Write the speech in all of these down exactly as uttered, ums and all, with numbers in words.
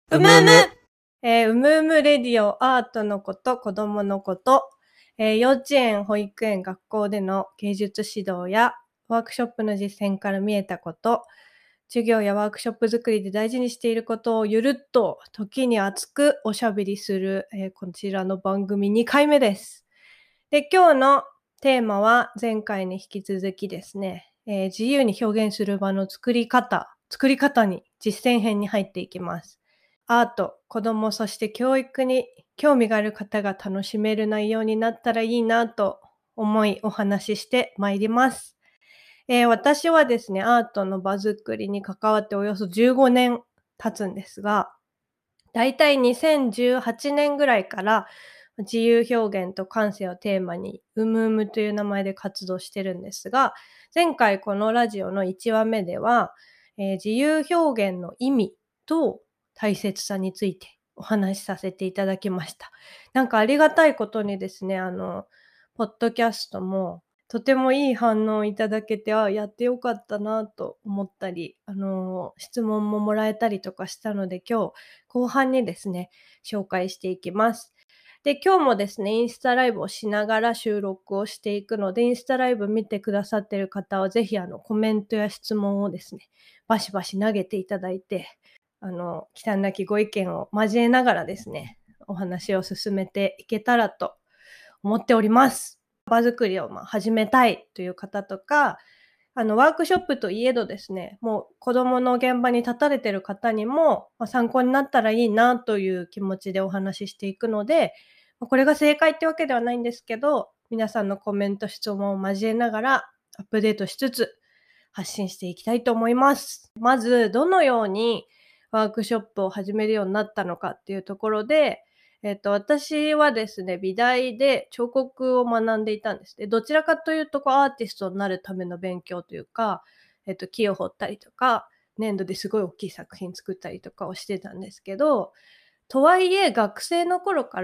うむうむえー、うむうむレディオアートのこと、子供のこと、えー、幼稚園、保育園、学校での芸術指導やワークショップの実践から見えたこと、授業やワークショップ作りで大事にしていることをゆるっと時に熱くおしゃべりする、えー、こちらの番組にかいめです。で、今日のテーマは前回に引き続きですね、えー、自由に表現する場の作り方、作り方に実践編に入っていきます。アート、子供、そして教育に興味がある方が楽しめる内容になったらいいなと思いお話ししてまいります。えー、私はですね、アートの場作りに関わっておよそじゅうごねん経つんですが、だいたいにせんじゅうはちねんぐらいから自由表現と感性をテーマにうむうむという名前で活動してるんですが、前回このラジオのいちわめでは、えー、自由表現の意味と大切さについてお話しさせていただきました。なんかありがたいことにですね、あの、ポッドキャストもとてもいい反応をいただけて、あ、やってよかったなと思ったり、あの、質問ももらえたりとかしたので、今日後半にですね、紹介していきます。で、今日もですね、インスタライブをしながら収録をしていくので、インスタライブ見てくださってる方は、ぜひあのコメントや質問をですね、バシバシ投げていただいて、あの、忌憚なきご意見を交えながらですね、お話を進めていけたらと思っております。場作りをまあ始めたいという方とか、あのワークショップといえどですね、もう子供の現場に立たれてる方にも、まあ、参考になったらいいなという気持ちでお話ししていくので、まあ、これが正解ってわけではないんですけど、皆さんのコメント、質問を交えながらアップデートしつつ発信していきたいと思います。まず、どのようにワークショップを始めるようになったのかっていうところで、えっと、私はですね、美大で彫刻を学んでいたんですね。どちらかというと、こう、アーティストになるための勉強というか、えっと、木を彫ったりとか、粘土ですごい大きい作品作ったりとかをしてたんですけど、とはいえ、学生の頃から、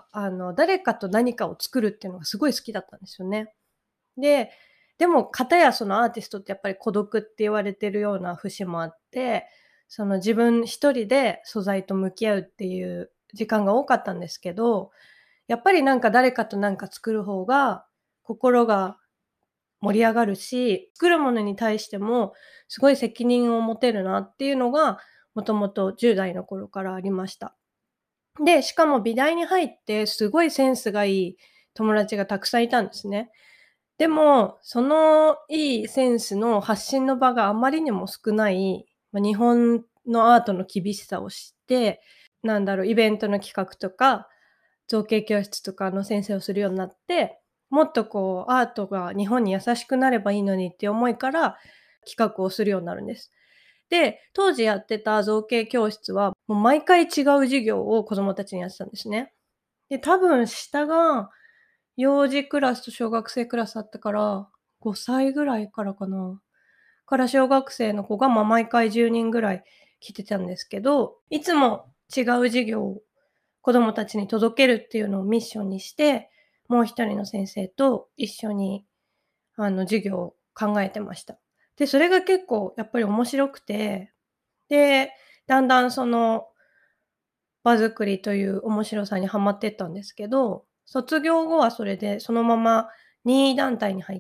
あの、誰かと何かを作るっていうのがすごい好きだったんですよね。で、でも片やそのアーティストってやっぱり孤独って言われてるような節もあって、その自分一人で素材と向き合うっていう時間が多かったんですけど、やっぱりなんか誰かとなんか作る方が心が盛り上がるし、作るものに対してもすごい責任を持てるなっていうのが、もともとじゅう代の頃からありました。で、しかも美大に入ってすごいセンスがいい友達がたくさんいたんですね。でも、そのいいセンスの発信の場があまりにも少ない、ま、日本のアートの厳しさを知って、なんだろう、イベントの企画とか、造形教室とかの先生をするようになって、もっとこうアートが日本に優しくなればいいのにっていう思いから企画をするようになるんです。で、当時やってた造形教室は、もう毎回違う授業を子供たちにやってたんですね。で、多分下が幼児クラスと小学生クラスあったから、ごさいぐらいからかな。から小学生の子が、ま、毎回じゅうにんぐらい来てたんですけど、いつも違う授業を子供たちに届けるっていうのをミッションにして、もう一人の先生と一緒に、あの、授業を考えてました。で、それが結構やっぱり面白くて、で、だんだんその場作りという面白さにはまってったんですけど、卒業後はそれでそのまま任意団体に入って、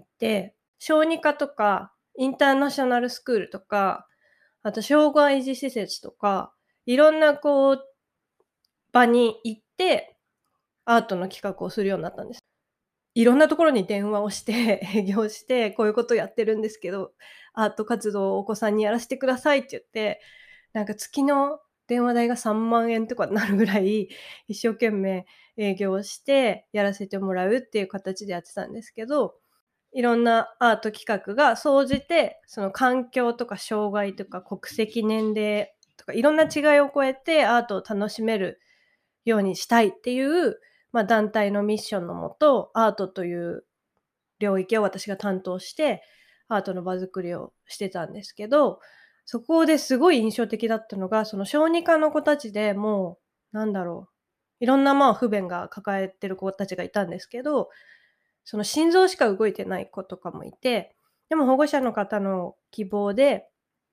小児科とかインターナショナルスクールとか、あと障害児施設とか、いろんなこう場に行って、アートの企画をするようになったんです。いろんなところに電話をして営業して、こういうことやってるんですけど、アート活動をお子さんにやらせてくださいって言って、なんか月の電話代がさんまん円とかなるぐらい、一生懸命営業してやらせてもらうっていう形でやってたんですけど、いろんなアート企画が総じて、その環境とか障害とか国籍、年齢とかいろんな違いを超えてアートを楽しめるようにしたいっていう、まあ、団体のミッションのもと、アートという領域を私が担当して、アートの場作りをしてたんですけど、そこですごい印象的だったのが、その小児科の子たちでもう、なんだろう、いろんなまあ不便が抱えてる子たちがいたんですけど、その心臓しか動いてない子とかもいて、でも保護者の方の希望で、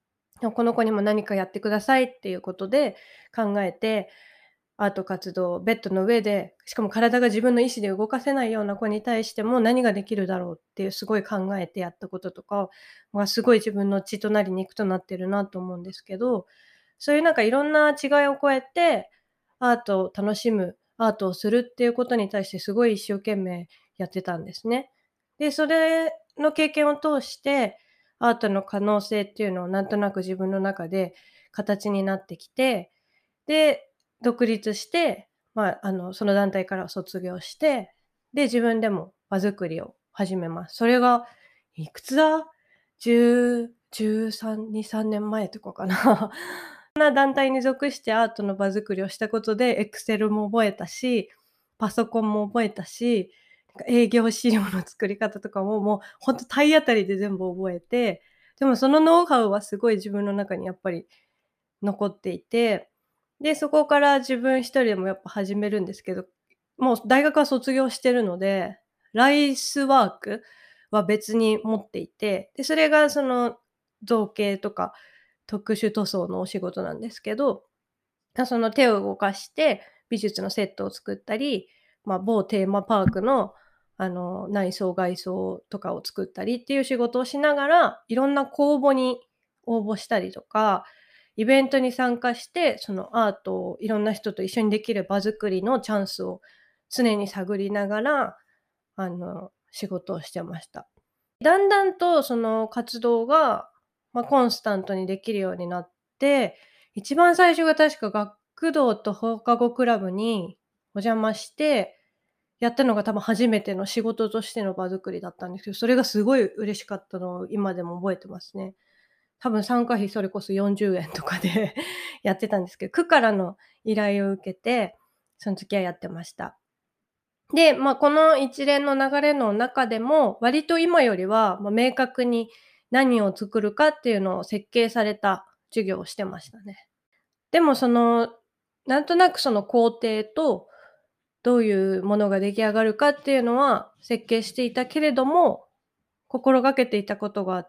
でもこの子にも何かやってくださいっていうことで考えて、アート活動をベッドの上で、しかも体が自分の意思で動かせないような子に対しても何ができるだろうっていうすごい考えてやったこととかは、すごい自分の血となり肉となってるなと思うんですけど、そういうなんかいろんな違いを超えて、アートを楽しむ、アートをするっていうことに対してすごい一生懸命やってたんですね。で、それの経験を通して、アートの可能性っていうのをなんとなく自分の中で形になってきて、で、独立して、まあ、あの、その団体から卒業して、で、自分でも場作りを始めます。それがいくつだ？じゅう、じゅうさん、に、さんねんまえとかかな。そんな団体に属してアートの場作りをしたことで、エクセルも覚えたし、パソコンも覚えたし、なんか営業資料の作り方とかも、もうほんと体当たりで全部覚えて、でもそのノウハウはすごい自分の中にやっぱり残っていて、で、そこから自分一人でもやっぱ始めるんですけど、もう大学は卒業してるので、ライスワークは別に持っていて、で、それがその造形とか特殊塗装のお仕事なんですけど、あ、その手を動かして美術のセットを作ったり、まあ、某テーマパークの、あの、内装外装とかを作ったりっていう仕事をしながら、いろんな公募に応募したりとか、イベントに参加して、そのアートをいろんな人と一緒にできる場作りのチャンスを常に探りながら、あの、仕事をしてました。だんだんとその活動が、まあ、コンスタントにできるようになって、一番最初が確か学童と放課後クラブにお邪魔して、やったのが多分初めての仕事としての場作りだったんですけど、それがすごい嬉しかったのを今でも覚えてますね。多分参加費それこそよんじゅうえんとかでやってたんですけど、区からの依頼を受けて、その時はやってました。で、まあ、この一連の流れの中でも、割と今よりは、ま、明確に何を作るかっていうのを設計された授業をしてましたね。でもその、なんとなくその工程と、どういうものが出来上がるかっていうのは設計していたけれども、心がけていたことがあって、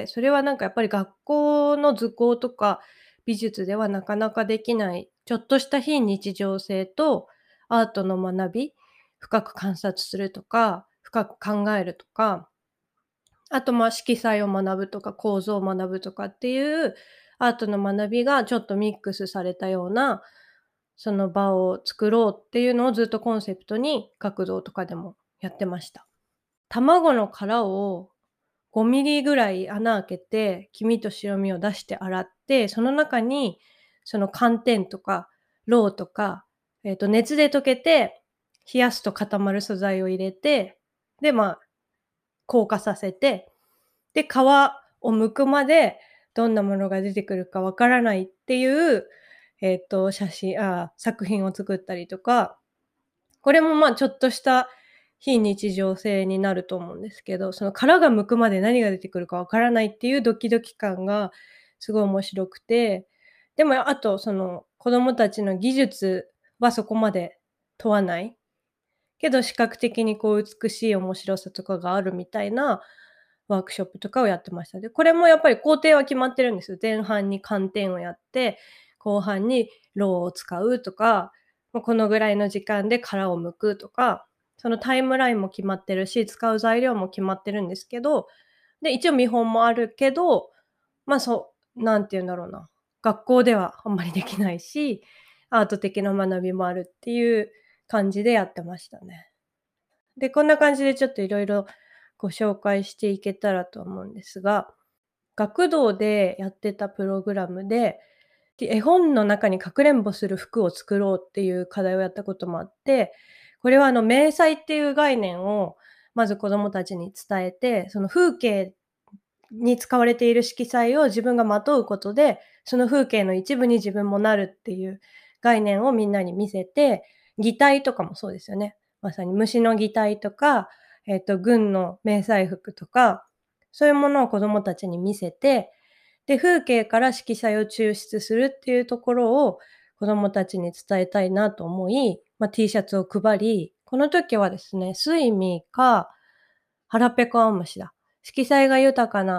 それはなんかやっぱり学校の図工とか美術ではなかなかできない、ちょっとした非日常性とアートの学び、深く観察するとか、深く考えるとか、あと、ま、色彩を学ぶとか構造を学ぶとかっていうアートの学びがちょっとミックスされたような、その場を作ろうっていうのをずっとコンセプトに学童とかでもやってました。卵の殻をごミリぐらい穴開けて、黄身と白身を出して洗って、その中にその寒天とかろうとか、えっと、熱で溶けて冷やすと固まる素材を入れて、で、まあ、硬化させて、で、皮を剥くまでどんなものが出てくるかわからないっていう、えっと、写真あ、作品を作ったりとか、これも、まあ、ちょっとした非日常性になると思うんですけど、その殻が剥くまで何が出てくるかわからないっていうドキドキ感がすごい面白くて、でも、あと、その、子供たちの技術はそこまで問わない。けど視覚的にこう美しい面白さとかがあるみたいなワークショップとかをやってました。で、これもやっぱり工程は決まってるんですよ。前半に寒天をやって、後半にろうを使うとか、ま、このぐらいの時間で殻を剥くとか、そのタイムラインも決まってるし、使う材料も決まってるんですけど、で、一応見本もあるけど、ま、そうなんて言うんだろうな、学校ではあんまりできないし、アート的な学びもあるっていう感じでやってましたね。で、こんな感じでちょっと色々ご紹介していけたらと思うんですが、学童でやってたプログラムで、で、絵本の中にかくれんぼする服を作ろうっていう課題をやったこともあって、これはあの迷彩っていう概念をまず子供たちに伝えて、その風景に使われている色彩を自分がまとうことで、その風景の一部に自分もなるっていう概念をみんなに見せて、擬態とかもそうですよね。まさに虫の擬態とか、えっと、軍の迷彩服とか、そういうものを子供たちに見せて、で、風景から色彩を抽出するっていうところを子供たちに伝えたいなと思い、ま、T シャツを配り、この時はですね、スイミーか腹ペコアオムシだ。色彩が豊かな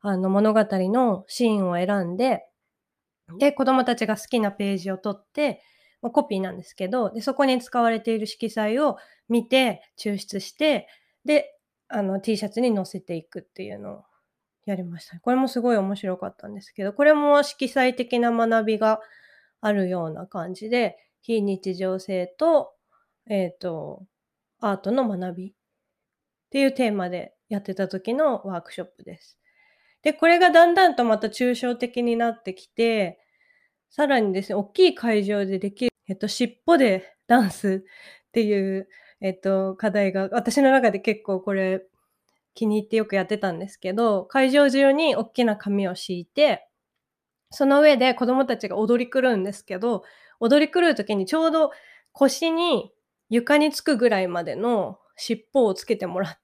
あの、物語のシーンを選んで、で、子供たちが好きなページを取って、ま、コピーなんですけど、で、そこに使われている色彩を見て、抽出して、で、あの、T シャツに載せていくっていうのをやりましたね。これもすごい面白かったんですけど、これも色彩的な学びがあるような感じで、非日常性と、えっと、アートの学びっていうテーマでやってた時のワークショップです。で、これがだんだんとまた抽象的になってきて、さらにですね、おっきい会場でできる、えっと、尻尾でダンスっていう、えっと、課題が私の中で結構これ気に入ってよくやってたんですけど、会場中におっきな紙を敷いて、その上で子供たちが踊り狂うんですけど、踊り狂う時にちょうど腰に床につくぐらいまでの尻尾をつけてもらって、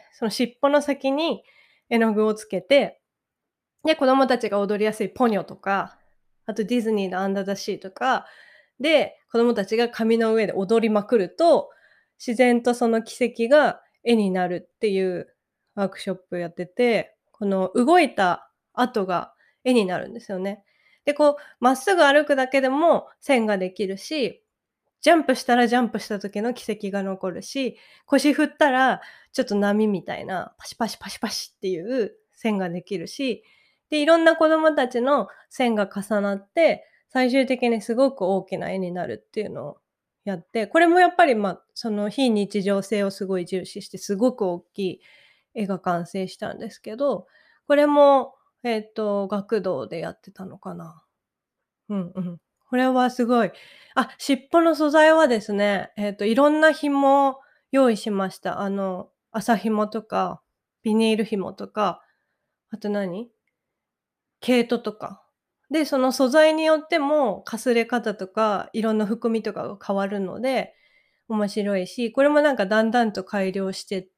その尻尾の先に絵の具をつけて、で、子供たちが踊りやすいポニョとか、あとディズニーのアンダーザシーとかで、子供たちが紙の上で踊りまくると、自然とその軌跡が絵になるっていうワークショップやってて、この動いた跡が絵になるんですよね。で、こう、まっすぐ歩くだけでも線ができるし、ジャンプしたらジャンプした時の軌跡が残るし、腰振ったらちょっと波みたいなパシパシパシパシっていう線ができるし、で、いろんな子供たちの線が重なって、最終的にすごく大きな絵になるっていうのをやって、これもやっぱり、ま、その非日常性をすごい重視して、すごく大きい絵が完成したんですけど、これも、えっと、学童でやってたのかな。うんうん。これはすごい。あ、尻尾の素材はですね、えっと、いろんな紐用意しました。あの、麻紐とか、ビニール紐とか、あと何？毛糸とか。で、その素材によっても、かすれ方とか、色の含みとかが変わるので、面白いし、これもなんかだんだんと改良してって、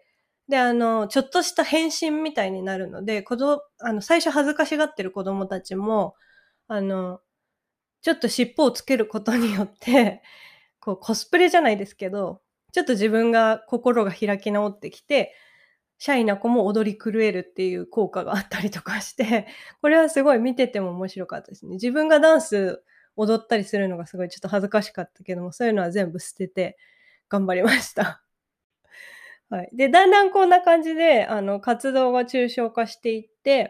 で、あの、ちょっとした変身みたいになるので、こどあの、最初恥ずかしがってる子供たちも、あの、ちょっと尻尾をつけることによって、こうコスプレじゃないですけど、ちょっと自分が心が開き直ってきて、シャイな子も踊り狂えるっていう効果があったりとかして、これはすごい見てても面白かったですね。自分がダンス踊ったりするのがすごいちょっと恥ずかしかったけども、そういうのは全部捨てて頑張りました。はい。で、だんだんこんな感じで、あの、活動が抽象化していって、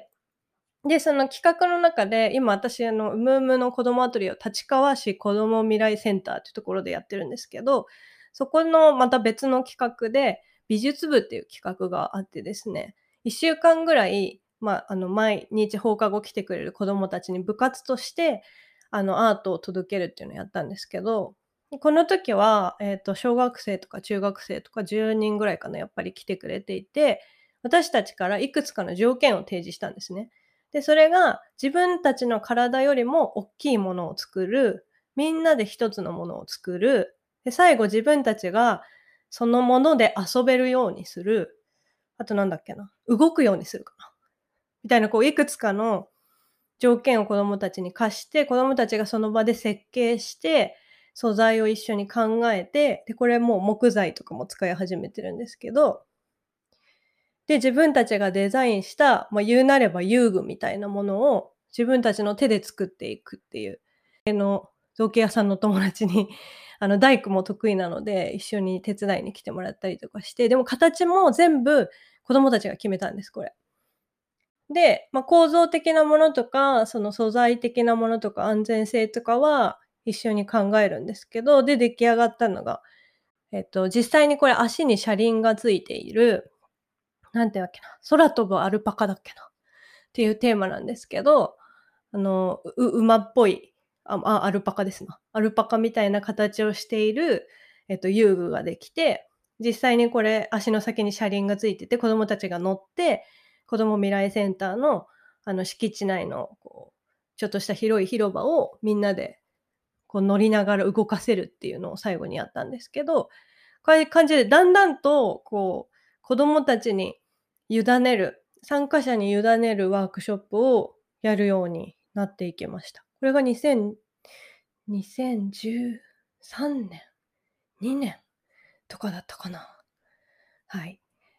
で、その企画の中で、今私あの、うむうむの子供アトリエを立川市子ども未来センターっていうところでやってるんですけど、そこのまた別の企画で、美術部っていう企画があってですね、いっしゅうかんぐらい、ま、あの、毎日放課後来てくれる子供たちに部活として、あの、アートを届けるっていうのをやったんですけど、この時は、えっと、小学生とか中学生とかじゅうにんぐらいかな、やっぱり来てくれていて、私たちからいくつかの条件を提示したんですね。で、それが自分たちの体よりも大きいものを作る、みんなで一つのものを作る、で、最後自分たちがそのもので遊べるようにする、あとなんだっけな、動くようにするかな、みたいなこういくつかの条件を子供たちに課して、子供たちがその場で設計して、素材を一緒に考えて、で、これもう木材とかも使い始めてるんですけど、で、自分たちがデザインした、ま、言うなれば遊具みたいなものを自分たちの手で作っていくっていう。造形屋さんの友達に、あの、大工も得意なので、一緒に手伝いに来てもらったりとかして、でも形も全部子供たちが決めたんです、これ。で、ま、構造的なものとか、その素材的なものとか安全性とかは一緒に考えるんですけど、で、出来上がったのが、えっと、実際にこれ足に車輪がついている、なんていうわけな、空飛ぶアルパカだっけなっていうテーマなんですけど、あの、う馬っぽい、ああ、アルパカですな。アルパカみたいな形をしている、えっと、遊具ができて、実際にこれ足の先に車輪がついてて、子供たちが乗って、子ども未来センターの、あの、敷地内のこう、ちょっとした広い広場をみんなでこう乗りながら動かせるっていうのを最後にやったんですけど、こういう感じでだんだんとこう、子供たちに委ねる、参加者に委ねるワークショップをやるようになっていきました。これがにせんにせんじゅうさんねん、にねんとかだったかな。はい。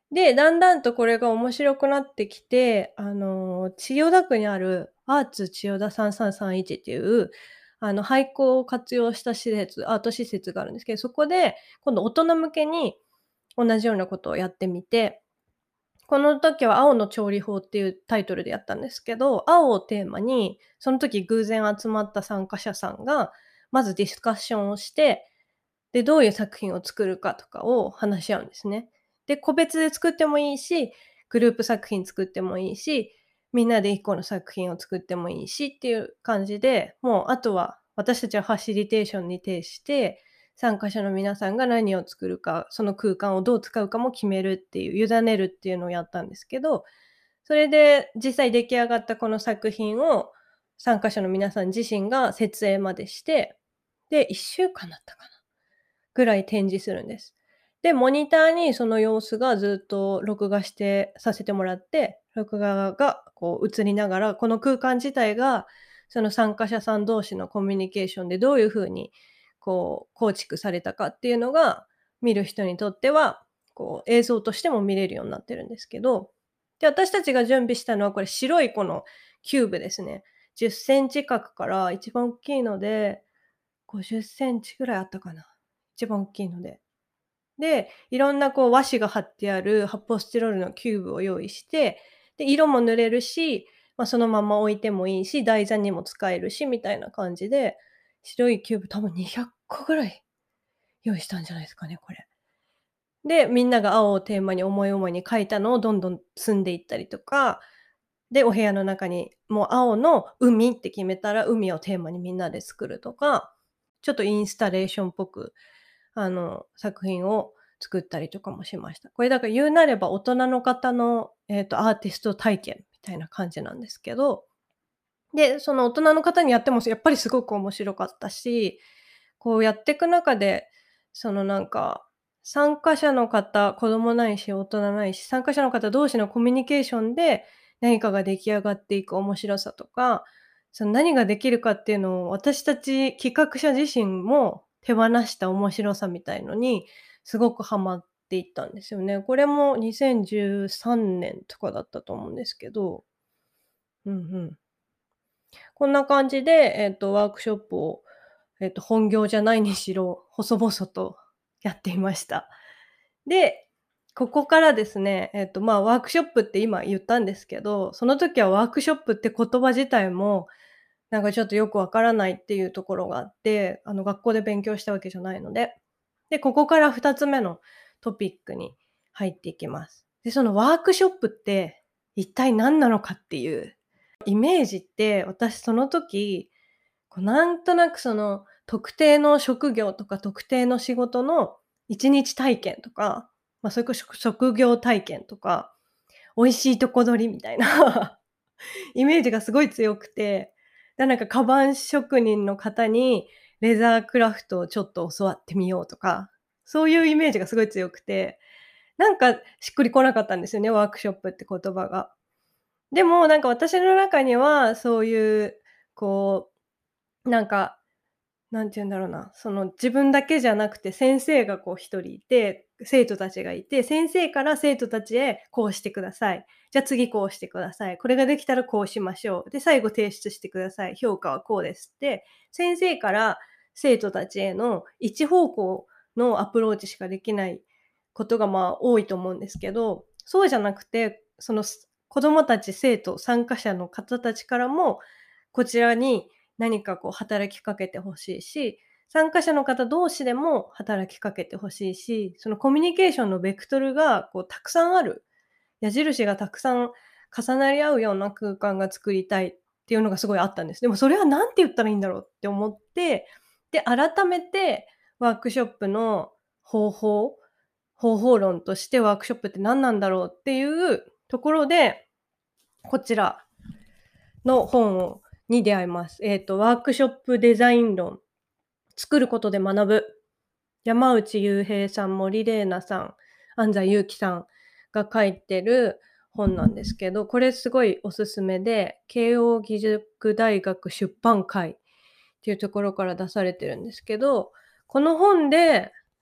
で、だんだんとこれが面白くなってきて、あの、千代田区にあるアーツ千代田さんさんさんいちっていう、あの、廃校を活用した施設アート施設があるんですけど、そこで今度大人向けに同じようなことをやってみて、この時は青の調理法っていうタイトルでやったんですけど、青をテーマに、その時偶然集まった参加者さんが、まずディスカッションをして、で、どういう作品を作るかとかを話し合うんですね。で、個別で作ってもいいし、グループ作品作ってもいいし、みんなでいっこの作品を作ってもいいしっていう感じで、もうあとは私たちはファシリテーションに呈して、参加者の皆さんが何を作るか、その空間をどう使うかも決めるっていう、委ねるっていうのをやったんですけど、それで実際出来上がったこの作品を参加者の皆さん自身が設営までして、で、いっしゅうかんだったかな。ぐらい展示するんです。で、モニターにその様子がずっと録画してさせてもらって、録画がこう映りながら、この空間自体が、その参加者さん同士のコミュニケーションでどういう風にこう構築されたかっていうのが、見る人にとっては、こう映像としても見れるようになってるんですけど、で、私たちが準備したのはこれ白いこのキューブですね。じゅっセンチ角から一番大きいので、ごじゅっセンチぐらいあったかな。一番大きいので。で、いろんなこう和紙が貼ってある発泡スチロールのキューブを用意して、で、色も塗れるし、まあ、そのまま置いてもいいし、台座にも使えるしみたいな感じで、白いキューブ多分にひゃっこぐらい用意したんじゃないですかね、これ。で、みんなが青をテーマに思い思いに描いたのをどんどん積んでいったりとか、で、お部屋の中にもう青の海って決めたら、海をテーマにみんなで作るとか、ちょっとインスタレーションっぽく、あの、作品を作ったりとかもしました。これだから言うなれば大人の方の、えっと、アーティスト体験みたいな感じなんですけど、で、その大人の方にやってもやっぱりすごく面白かったし、こうやってく中で、そのなんか、参加者の方、子供ないし大人ないし、参加者の方同士のコミュニケーションで、何かが出来上がっていく面白さとか、その何ができるかっていうのを私たち企画者自身も手放した面白さみたいのに、すごくハマっていったんですよね。これもにせんじゅうさんねんとかだったと思うんですけど、うんうん。こんな感じで、えっと、ワークショップを、えっと、本業じゃないにしろ、細々とやっていました。で、ここからですね、えっと、まあ、ワークショップって今言ったんですけど、その時はワークショップって言葉自体も、なんかちょっとよくわからないっていうところがあって、あの、学校で勉強したわけじゃないので。で、ここからふたつめのトピックに入っていきます。で、そのワークショップって一体何なのかっていうイメージって、私その時、こうなんとなくその特定の職業とか特定の仕事のいちにち体験とか、ま、それこそ職業体験とか、美味しいとこ取りみたいなイメージがすごい強くて、で、なんかカバン職人の方にレザークラフトをちょっと教わってみようとか、そういうイメージがすごい強くて、なんかしっくりこなかったんですよね、ワークショップって言葉が。でも、なんか私の中にはそういう、こう、なんかなんて言うんだろうな、その自分だけじゃなくて先生がこう一人いて、生徒たちがいて、先生から生徒たちへこうしてください。じゃあ次こうしてください。これができたらこうしましょう。で、最後提出してください。評価はこうですって、先生から生徒たちへの一方向のアプローチしかできないことがまあ多いと思うんですけど、そうじゃなくて、そのす子供たち、生徒、参加者の方たちからも、こちらに何かこう働きかけて欲しいし、参加者の方同士でも働きかけて欲しいし、そのコミュニケーションのベクトルがこうたくさんある、矢印がたくさん重なり合うような空間が作りたいっていうのがすごいあったんです。でもそれは何て言ったらいいんだろうって思って、で、改めてワークショップの方法方法論としてワークショップって何なんだろうっていうところで、こちらの本をに出会います。えっと、ワークショップデザイン論、作ることで学ぶ。山内雄平さん、森玲奈さん、安西祐樹さんが書いてる本なんですけど、これすごいおすすめで、慶應義塾大学出版会っていうところから出されてるんですけど、この本で、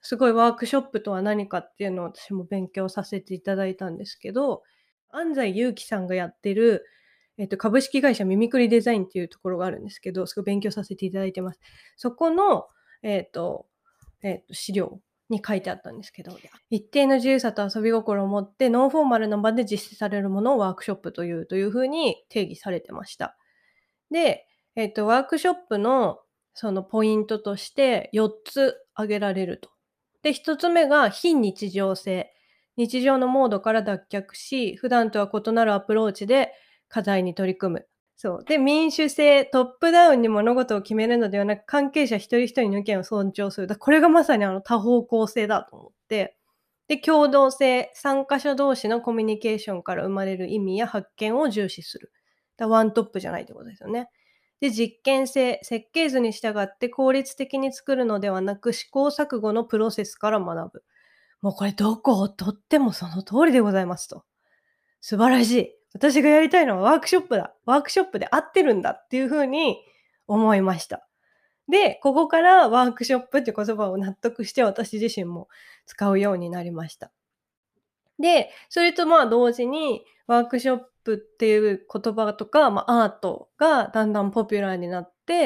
すごいワークショップとは何かっていうのを私も勉強させていただいたんですけど、安西祐樹さんがやってる、えっと、株式会社ミミクリデザインっていうところがあるんですけど、すごい勉強させていただいてます。そこの、えっと、えっと、資料に書いてあったんですけど、一定の自由さと遊び心を持ってノンフォーマルな場で実施されるものをワークショップというという風に定義されてました。で、えっと、ワークショップのそのポイントとしてよっつ挙げられると。で、ひとつめが非日常性。日常のモードから脱却し、普段とは異なるアプローチで課題に取り組む。そう。で、民主性、トップダウンに物事を決めるのではなく、関係者一人一人の意見を尊重する。だこれがまさにあの多方向性だと思って。で、協同性、参加者同士のコミュニケーションから生まれる意味や発見を重視する。だワントップじゃないってことですよね。で、実験性、設計図に従って効率的に作るのではなく、試行錯誤のプロセスから学ぶ。もうこれどこをとってもその通りでございますと。素晴らしい。私がやりたいのはワークショップだ。ワークショップで合ってるんだっていう風に思いました。で、ここからワークショップって言葉を納得して私自身も使うようになりました。で、それとまあ同時にワークショップっていう言葉とか、まあ、アートがだんだんポピュラーになって、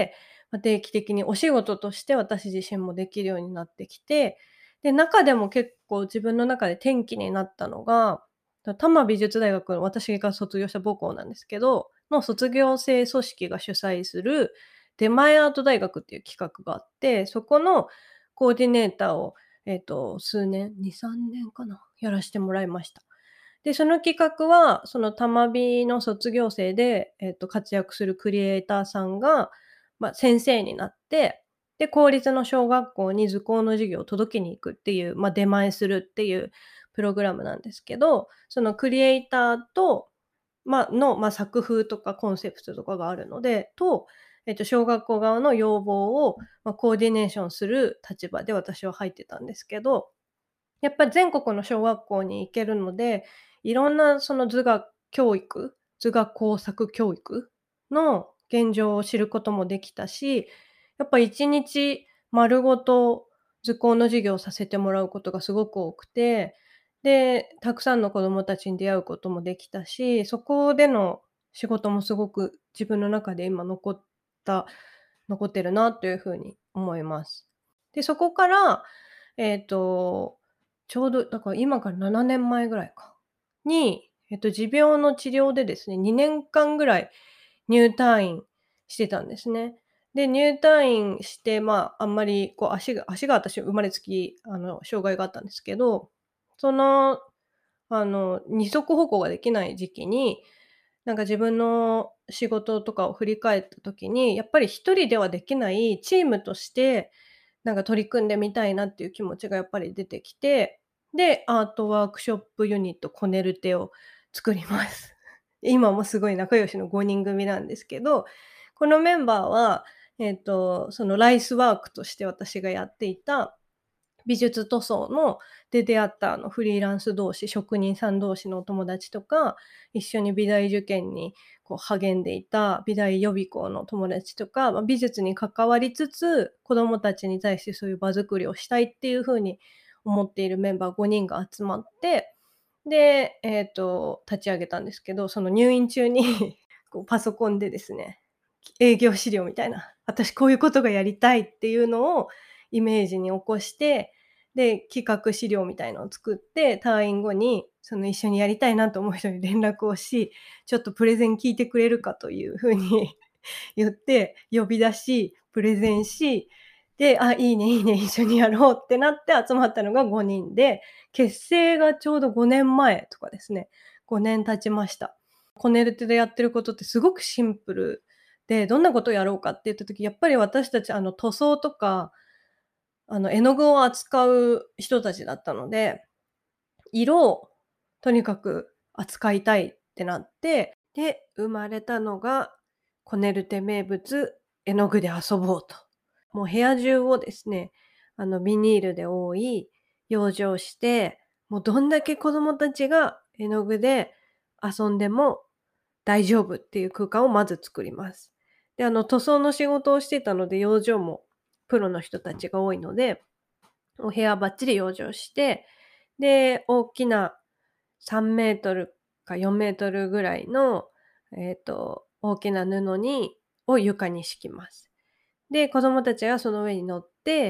ま、定期的にお仕事として私自身もできるようになってきて、で、中でも結構自分の中で転機になったのが、多摩美術大学の私が卒業した母校なんですけど、の卒業生組織が主催する出前アート大学っていう企画があって、そこのコーディネーターをえっと、数年、に、さんねんかな、やらしてもらいました。で、その企画は、その多摩美の卒業生で、えっと、活躍するクリエイターさんが、ま、先生になって、で、公立の小学校に図工の授業を届けに行くっていう、ま、出前するっていうプログラムなんですけど、そのクリエイターと、ま、の、ま、作風とかコンセプトとかがあるので、と、えっと、小学校側の要望を、ま、コーディネーションする立場で私は入ってたんですけど、やっぱ全国の小学校に行けるので、いろんなその図画教育、図画工作教育の現状を知ることもできたし、やっぱいちにち丸ごと図工の授業をさせてもらうことがすごく多くて、で、たくさんの子供たちに出会うこともできたし、そこでの仕事もすごく自分の中で今残った残ってるなという風に思います。で、そこから、えっと、ちょうどだから今からななねんまえぐらいかに、えっと、持病の治療でですね、にねんかんぐらい入退院してたんですね。で、入退院して、まあ、あんまりこう足が足が私生まれつき、あの、障害があったんですけど、その、あの、二足歩行ができない時期に、なんか自分の仕事とかを振り返った時に、やっぱり一人ではできないチームとして、なんか取り組んでみたいなっていう気持ちがやっぱり出てきて、で、アートワークショップユニットコネルテを作ります。今もすごい仲良しのごにん組なんですけど、このメンバーは、えっと、そのライスワークとして私がやっていた美術塗装ので出会ったあのフリーランス同士、職人さん同士のお友達とか、一緒に美大受験にこう励んでいた美大予備校の友達とか、ま、美術に関わりつつ、子供たちに対してそういう場作りをしたいっていう風に思っているメンバーごにんが集まって、で、えっと、立ち上げたんですけど、その入院中にこうパソコンでですね、営業資料みたいな、私こういうことがやりたいっていうのをイメージに起こして、で、企画資料みたいのを作って、退院後にその一緒にやりたいなと思う人に連絡をし、ちょっとプレゼン聞いてくれるかという風に言って呼び出し、プレゼンし、で、あ、いいねいいね、一緒にやろうってなって集まったのがごにんで、結成がちょうどごねんまえとかですね、ごねん経ちました。コネルテでやってることってすごくシンプルで、どんなことをやろうかって言った時、やっぱり私たちあの塗装とか、あの絵の具を扱う人たちだったので、色をとにかく扱いたいってなって、で、生まれたのがコネルテ名物、絵の具で遊ぼうと。もう部屋中をですね、あのビニールで覆い、養生して、もうどんだけ子供たちが絵の具で遊んでも大丈夫っていう空間をまず作ります。で、あの塗装の仕事をしてたので、養生もプロの人たちが多いので、 お部屋ばっちり養生して、で、大きなさんメートルかよんメートルぐらいの、えっと、大きな布にを床に敷きます。で、子供たちがその上に乗って、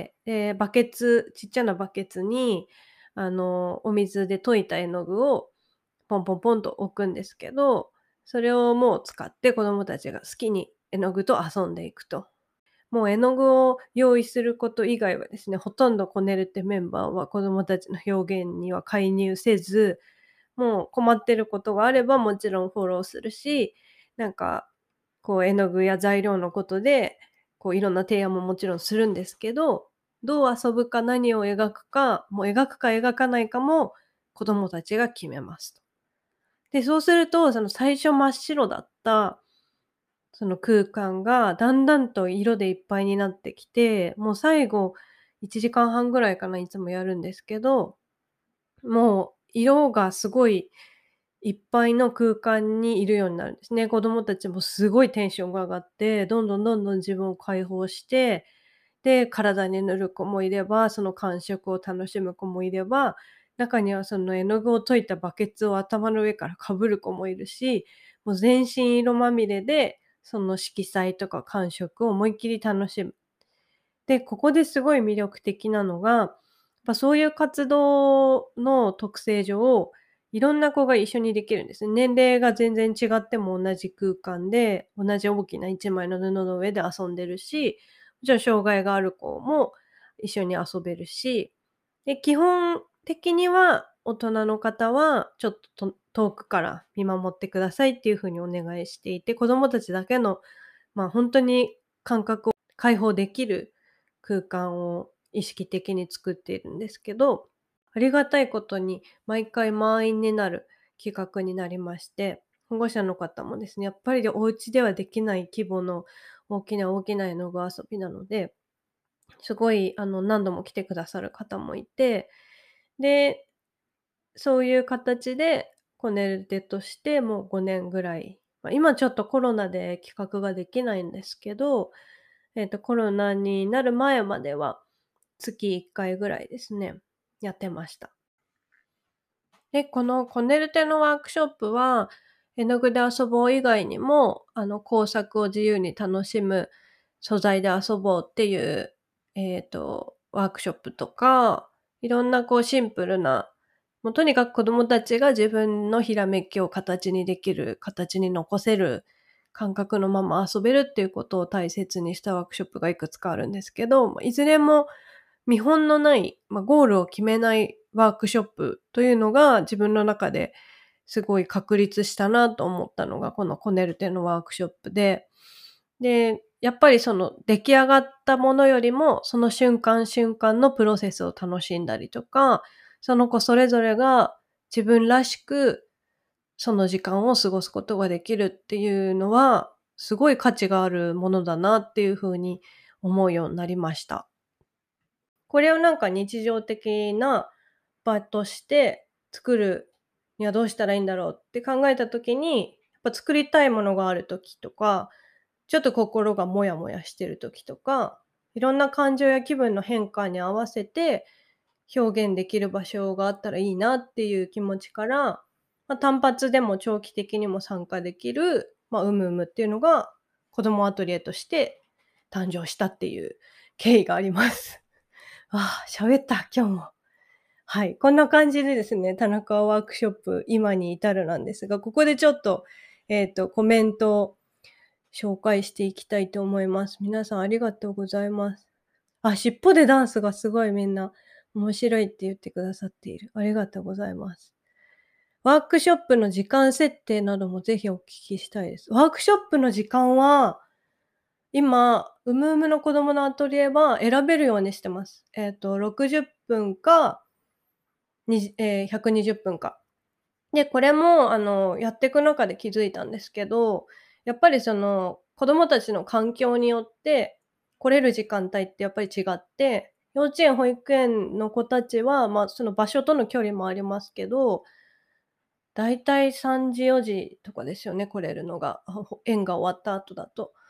で、バケツちっちゃなバケツに、あの、お水で溶いた絵の具をポンポンポンと置くんですけど、それをもう使って子供たちが好きに絵の具と遊んでいくと。もう絵の具を用意すること以外はですね、ほとんどコネルテメンバーは子供たちの表現には介入せず、もう困ってることがあればもちろんフォローするし、なんか、こう絵の具や材料のことで、こういろんな提案ももちろんするんですけど、どう遊ぶか何を描くか、もう描くか描かないかも子供たちが決めますと。で、そうすると、その最初真っ白だったその空間がだんだんと色でいっぱいになってきて、もう最後いちじかんはんぐらいかな、いつもやるんですけど、もう色がすごいいっぱいの空間にいるようになるんですね。子供たちもすごいテンションが上がって、どんどんどんどん自分を解放して、で、体に塗る子もいれば、その感触を楽しむ子もいれば、中にはその絵の具を溶いたバケツを頭の上からかぶる子もいるし、もう全身色まみれで、その色彩とか感触を思いっきり楽しむ。で、ここですごい魅力的なのが、やっぱそういう活動の特性上、いろんな子が一緒にできるんですね。年齢が全然違っても同じ空間で、同じ大きないちまいの布の上で遊んでるし、もちろん障害がある子も一緒に遊べるし、で、基本的には大人の方はちょっとと遠くから見守ってくださいっていう風にお願いしていて、子供たちだけの、まあ、ほんとに感覚を解放できる空間を意識的に作っているんですけど、ありがたいことに毎回満員になる企画になりまして、保護者の方もですね、やっぱりお家ではできない規模の大きな大きな絵の具遊びなので、すごいあの何度も来てくださる方もいて、で、そういう形でコネルテとしてもうごねんぐらい、ま、今ちょっとコロナで企画ができないんですけど、えっと、コロナになる前までは月いっかいぐらいですね、やってました。で、このコネルテのワークショップは、絵の具で遊ぼう以外にも、あの、工作を自由に楽しむ素材で遊ぼうっていう、えっと、ワークショップとか、いろんなこうシンプルな、もうとにかく子供たちが自分のひらめきを形にできる、形に残せる感覚のまま遊べるっていうことを大切にしたワークショップがいくつかあるんですけど、まいずれも見本のない、まあ、ゴールを決めないワークショップというのが自分の中ですごい確立したなと思ったのが、このコネルテのワークショップで、で、やっぱりその出来上がったものよりも、その瞬間瞬間のプロセスを楽しんだりとか、その子それぞれが自分らしくその時間を過ごすことができるっていうのは、すごい価値があるものだなっていう風に思うようになりました。これをなんか日常的な場として作るにはどうしたらいいんだろうって考えた時に、やっぱ作りたいものがある時とか、ちょっと心がモヤモヤしてる時とか、いろんな感情や気分の変化に合わせて表現できる場所があったらいいなっていう気持ちから、まあ、単発でも長期的にも参加できる、まあ、うむうむっていうのが子供アトリエとして誕生したっていう経緯があります。ああ、喋った、今日も。はい、こんな感じでですね、田中ワークショップ、今に至るなんですが、ここでちょっと、えっと、コメントを紹介していきたいと思います。皆さんありがとうございます。あ、尻尾でダンスがすごいみんな面白いって言ってくださっている。ありがとうございます。ワークショップの時間設定などもぜひお聞きしたいです。ワークショップの時間は今、うむうむの子供のアトリエは選べるようにしてます。えっと、ろくじゅっぷんか、にじええ、ひゃくにじゅっぷんか。で、これもあの、やってく中で気づいたんですけど、やっぱりその、子供たちの環境によって、来れる時間帯ってやっぱり違って、幼稚園、保育園の子たちは、ま、その場所との距離もありますけど、だいたいさんじ、よじとかですよね、来れるのが、ほほ園が終わった後だと。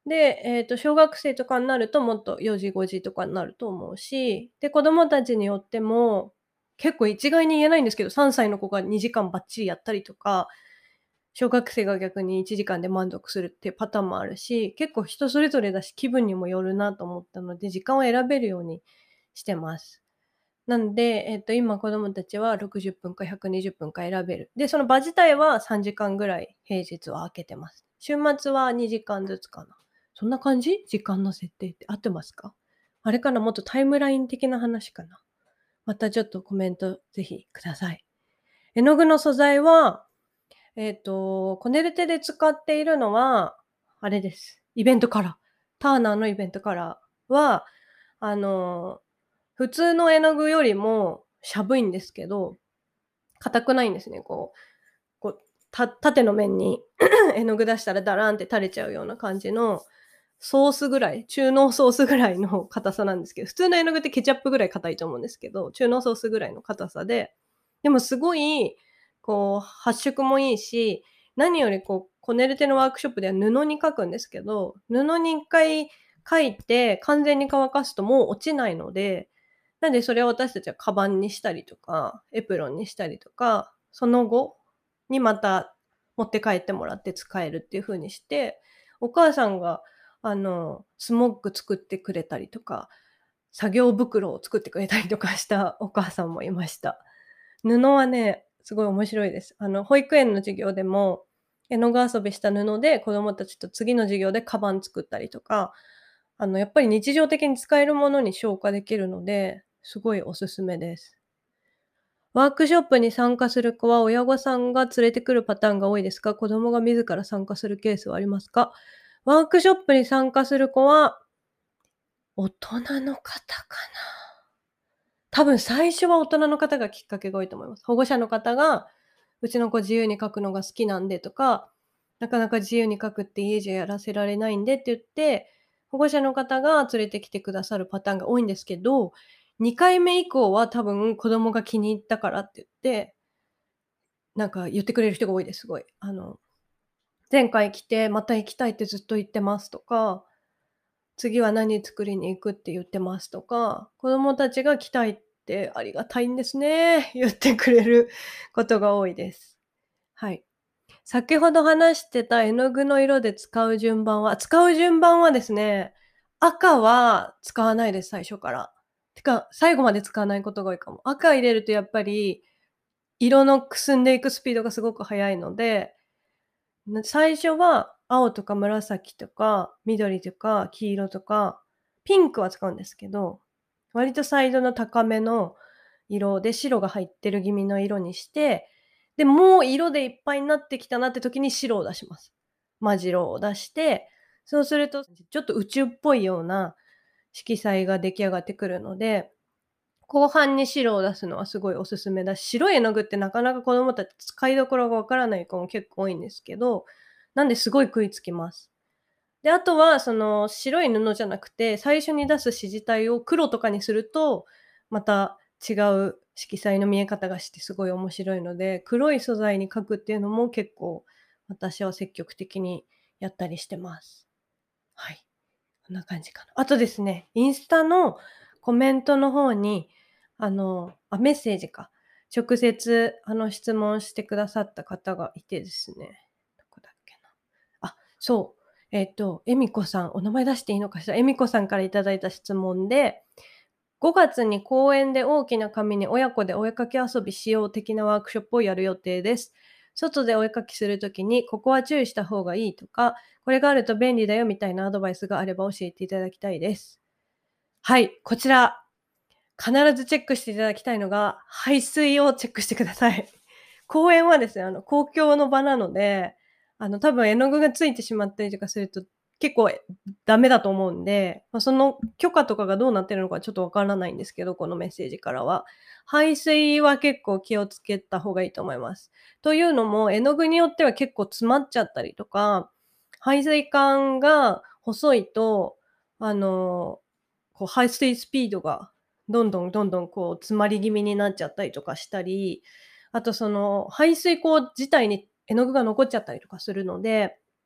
で、えっと、小学生とかになるともっとよじ、ごじとかになると思うし、で、子供たちによっても、結構一概に言えないんですけど、さんさいの子がにじかんばっちりやったりとか、小学生が逆にいちじかんで満足するっていうパターンもあるし、結構人それぞれだし、気分にもよるなと思ったので、時間を選べるようにしてます。なんで、えっと、今子供たちはろくじゅっぷんかひゃくにじゅっぷんか選べる。で、その場自体はさんじかんぐらい平日は空けてます。週末はにじかんずつかな。そんな感じ？時間の設定って合ってますか？あれかな、もっとタイムライン的な話かな。またちょっとコメントぜひください。絵の具の素材は、えっと、コネルテで使っているのは、あれです。イベントカラー。ターナーのイベントカラーは、あの、普通の絵の具よりもしゃぶいんですけど、硬くないんですね。こうこう、た縦の面に絵の具出したらダラーンって垂れちゃうような感じのソースぐらい、中濃ソースぐらいの硬さなんですけど、普通の絵の具ってケチャップぐらい硬いと思うんですけど、中濃ソースぐらいの硬さで、でもすごい、こう発色もいいし、何よりこう、コネルテのワークショップでは布に描くんですけど、布にいっかい描いて完全に乾かすともう落ちないので、なんでそれを私たちはカバンにしたりとか、エプロンにしたりとか、その後にまた持って帰ってもらって使えるっていう風にして、お母さんがあの、スモッグ作ってくれたりとか、作業袋を作ってくれたりとかしたお母さんもいました。布はね、すごい面白いです。あの、保育園の授業でも、絵の具遊びした布で子供たちと次の授業でカバン作ったりとか、あの、やっぱり日常的に使えるものに消化できるので、すごいおすすめです。ワークショップに参加する子は親御さんが連れてくるパターンが多いですか？子供が自ら参加するケースはありますか？ワークショップに参加する子は大人の方かな。多分最初は大人の方がきっかけが多いと思います。保護者の方が、うちの子自由に書くのが好きなんでとか、なかなか自由に書くって家じゃやらせられないんでって言って、保護者の方が連れてきてくださるパターンが多いんですけど、にかいめ以降は多分子供が気に入ったからって言って、なんか言ってくれる人が多いです、すごい。あの、前回来てまた行きたいってずっと言ってますとか、次は何作りに行くって言ってますとか、子供たちが来たいってありがたいんですね、言ってくれることが多いです。はい。先ほど話してた絵の具の色で使う順番は使う順番はですね、赤は使わないです、最初から。てか、最後まで使わないことが多いかも。赤入れるとやっぱり、色のくすんでいくスピードがすごく速いので、な最初は青とか紫とか緑とか黄色とか、ピンクは使うんですけど、割と彩度の高めの色で白が入ってる気味の色にして、で、もう色でいっぱいになってきたなって時に白を出します。マジロを出して、そうするとちょっと宇宙っぽいような色彩が出来上がってくるので、後半に白を出すのはすごいおすすめだし、白い絵の具ってなかなか子供たち使いどころがわからない子も結構多いんですけど、なんですごい食いつきます。で、あとはその白い布じゃなくて、最初に出す指示体を黒とかにすると、また違う色彩の見え方がしてすごい面白いので、黒い素材に描くっていうのも結構私は積極的にやったりしてます。はい。こんな感じかな。あとですね、インスタのコメントの方に、あの、あ、メッセージか。直接、あの、質問してくださった方がいてですね。どこだっけな。あ、そう。えっと、えみこさん、お名前出していいのかしら。えみこさんからいただいた質問で、ごがつに公園で大きな紙に親子でお絵かき遊びしよう的なワークショップをやる予定です。外でお絵かきするときに、ここは注意した方がいいとか、これがあると便利だよみたいなアドバイスがあれば教えていただきたいです。はい、こちら、必ずチェックしていただきたいのが、排水をチェックしてください。公園はですね、あの、公共の場なので、あの、多分絵の具がついてしまったりとかすると、結構ダメだと思うんで、まあ、その許可とかがどうなってるのかちょっとわからないんですけど、このメッセージからは。排水は結構気をつけた方がいいと思います。というのも、絵の具によっては結構詰まっちゃったりとか、排水管が細いと、あの、こう排水スピードがどんどんどんどんこう詰まり気味になっちゃったりとかしたり、あとその排水口自体に絵の具が残っちゃったりとかするので、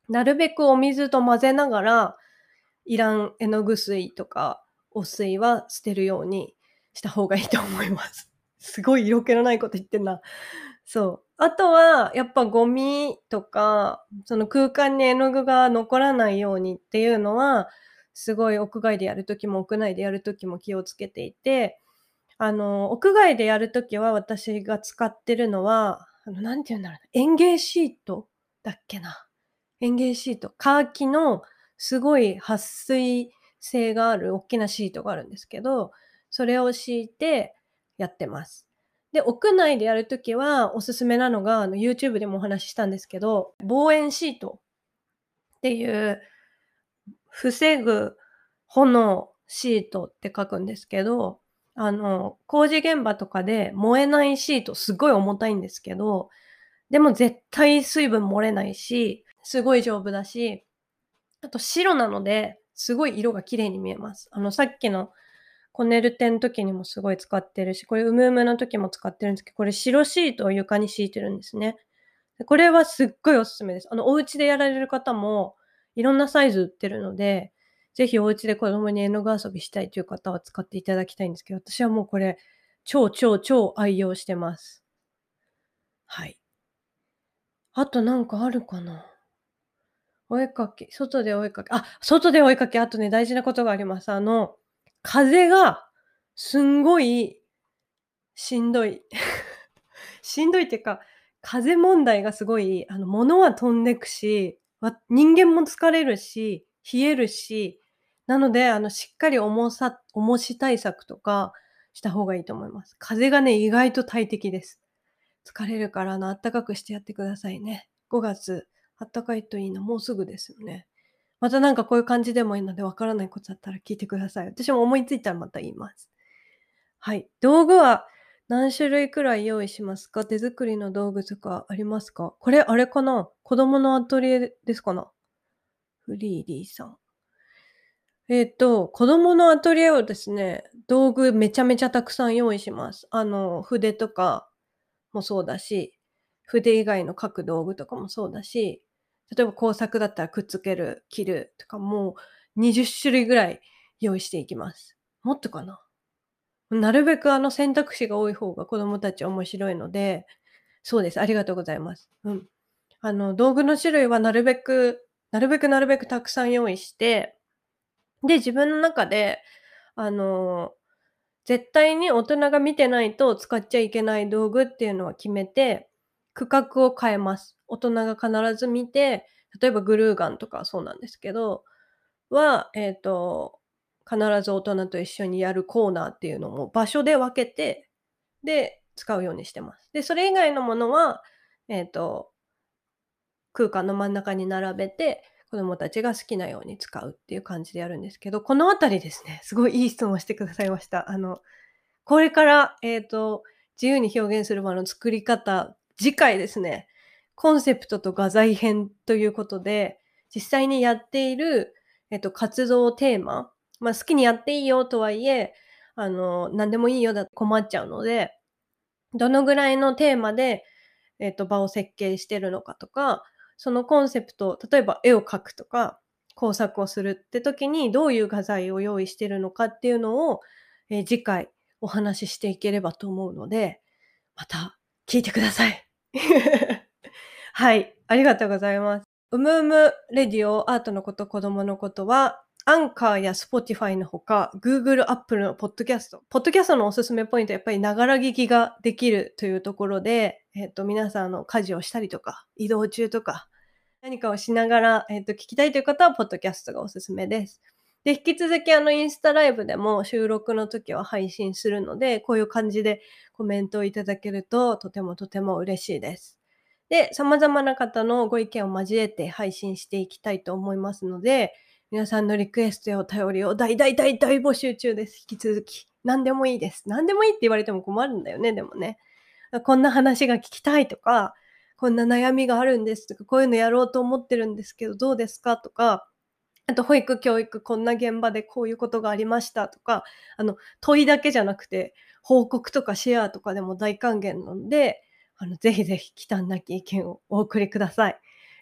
なるべくお水と混ぜながら、いらん絵の具水とか汚水は捨てるようにした方がいいと思います。すごい色気のないこと言ってんな。そう。あとは、やっぱゴミとか、その空間に絵の具が残らないようにっていうのは、すごい屋外でやる時も屋内でやる時も気をつけていて、あの、屋外でやる時は私が使ってるのは、あの、なんて言うんだろうな、園芸シートだっけな。園芸シート、カーキのすごい撥水性があるおっきなシートがあるんですけど、それを敷いてやってます。で、屋内でやる時はおすすめなのが、あの、YouTube でもお話ししたんですけど、防煙シートっていう防ぐ炎シートって書くんですけど、あの、工事現場とかで燃えないシートすごい重たいんですけど、でも絶対水分漏れないし、すごい丈夫だし、あと白なので、すごい色が綺麗に見えます。あの、さっきのコネルテの時にもすごい使ってるし、これうむうむの時も使ってるんですけど、これ白シートを床に敷いてるんですね。で、これはすっごいおすすめです。あの、お家でやられる方もいろんなサイズ売ってるので、ぜひお家で子供に絵の具遊びしたいという方は使っていただきたいんですけど、私はもうこれ、超超超愛用してます。はい。あとなんかあるかな？お絵かき、外でお絵かきあ、外でお絵かき、あとね、大事なことがあります。あの、風がすんごいしんどい。しんどいっていうか、風問題がすごい、あの、物は飛んでくし、わ人間も疲れるし、冷えるし、なので、あの、しっかり重さ重し対策とかした方がいいと思います。風がね、意外と大敵です。疲れるから、あの、あったかくしてやってくださいね。ごがつ、あったかいといいな、もうすぐですよね。またなんかこういう感じでもいいので、わからないことあったら聞いてください。私も思いついたらまた言います。はい。道具は何種類くらい用意しますか？手作りの道具とかありますか？これあれかな？子供のアトリエですかな？フリーリーさん。えっと、子供のアトリエはですね、道具めちゃめちゃたくさん用意します。あの、筆とかもそうだし、筆以外の書く道具とかもそうだし、例えば工作だったらくっつける、切るとかもにじゅっ種類ぐらい用意していきます。もっとかな？なるべくあの選択肢が多い方が子供たち面白いので、そうです、ありがとうございます。うん。あの道具の種類はなるべくなるべくなるべくたくさん用意して、で、自分の中であの、絶対に大人が見てないと使っちゃいけない道具っていうのは決めて、区画を変えます。大人が必ず見て、例えばグルーガンとかはそうなんですけど、は、えっと、必ず大人と一緒にやるコーナーっていうのも場所で分けて、で、使うようにしてます。で、それ以外のものは、えっと、空間の真ん中に並べて、子供たちが好きなように使うっていう感じでやるんですけど、このあたりですね、すごいいい質問してくださいました。あの、これから、えっと、自由に表現する場の作り方、次回ですね、コンセプトと画材編ということで、実際にやっている、えっと、活動テーマ、まあ、好きにやっていいよとはいえ、あの、何でもいいよだと困っちゃうので、どのぐらいのテーマで、えっと、場を設計してるのかとか、そのコンセプト、例えば絵を描くとか、工作をするって時にどういう画材を用意してるのかっていうのを、え、次回お話ししていければと思うので、また聞いてください。はい、ありがとうございます。うむうむレディオ、アートのこと、子供のことは、アンカーや Spotify のほか、Google、Apple のポッドキャスト。ポッドキャストのおすすめポイントはやっぱりながら聞きができるというところで、えっと、皆さんあの家事をしたりとか、移動中とか、何かをしながら、えっと、聞きたいという方はポッドキャストがおすすめです。で、引き続きあのインスタライブでも収録の時は配信するので、こういう感じでコメントをいただけるととてもとても嬉しいです。で、様々な方のご意見を交えて配信していきたいと思いますので、皆さんのリクエストやお便りを大大大大募集中です。引き続き。何でもいいです。何でもいいって言われても困るんだよね、でもね。こんな話が聞きたいとか、こんな悩みがあるんですとか、こういうのやろうと思ってるんですけど、どうですかとか、あと保育、教育、こんな現場でこういうことがありましたとか、あの、問いだけじゃなくて、報告とかシェアとかでも大歓迎なので、あの、ぜひぜひ忌憚なき意見をお送りください。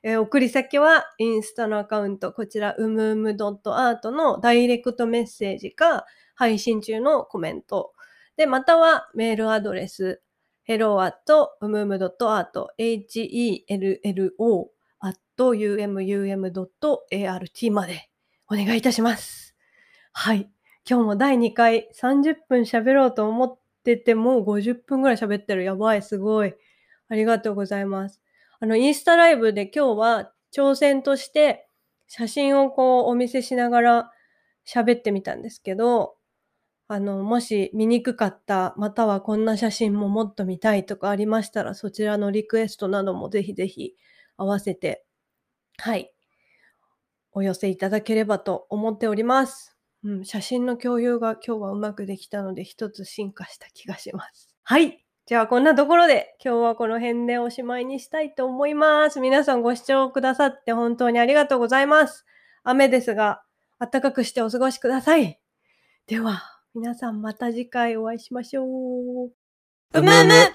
えー送り先はインスタのアカウント、こちら、うむうむドットアートのダイレクトメッセージか、配信中のコメント。で、またはメールアドレス、hello at うむうむ .art、hello at umum.art までお願いいたします。はい。今日もだいにかいさんじゅっぷん喋ろうと思ってて、もうごじゅっぷんぐらい喋ってる。やばい、すごい。ありがとうございます。あの、インスタライブで今日は挑戦として写真をこうお見せしながら喋ってみたんですけど、あの、もし見にくかった、またはこんな写真ももっと見たいとかありましたら、そちらのリクエストなどもぜひぜひ合わせて、はい、お寄せいただければと思っております。うん、写真の共有が今日はうまくできたので、一つ進化した気がします。はい。じゃあこんなところで、今日はこの辺でおしまいにしたいと思います。皆さんご視聴くださって本当にありがとうございます。雨ですが、暖かくしてお過ごしください。では、皆さんまた次回お会いしましょう。 うむむ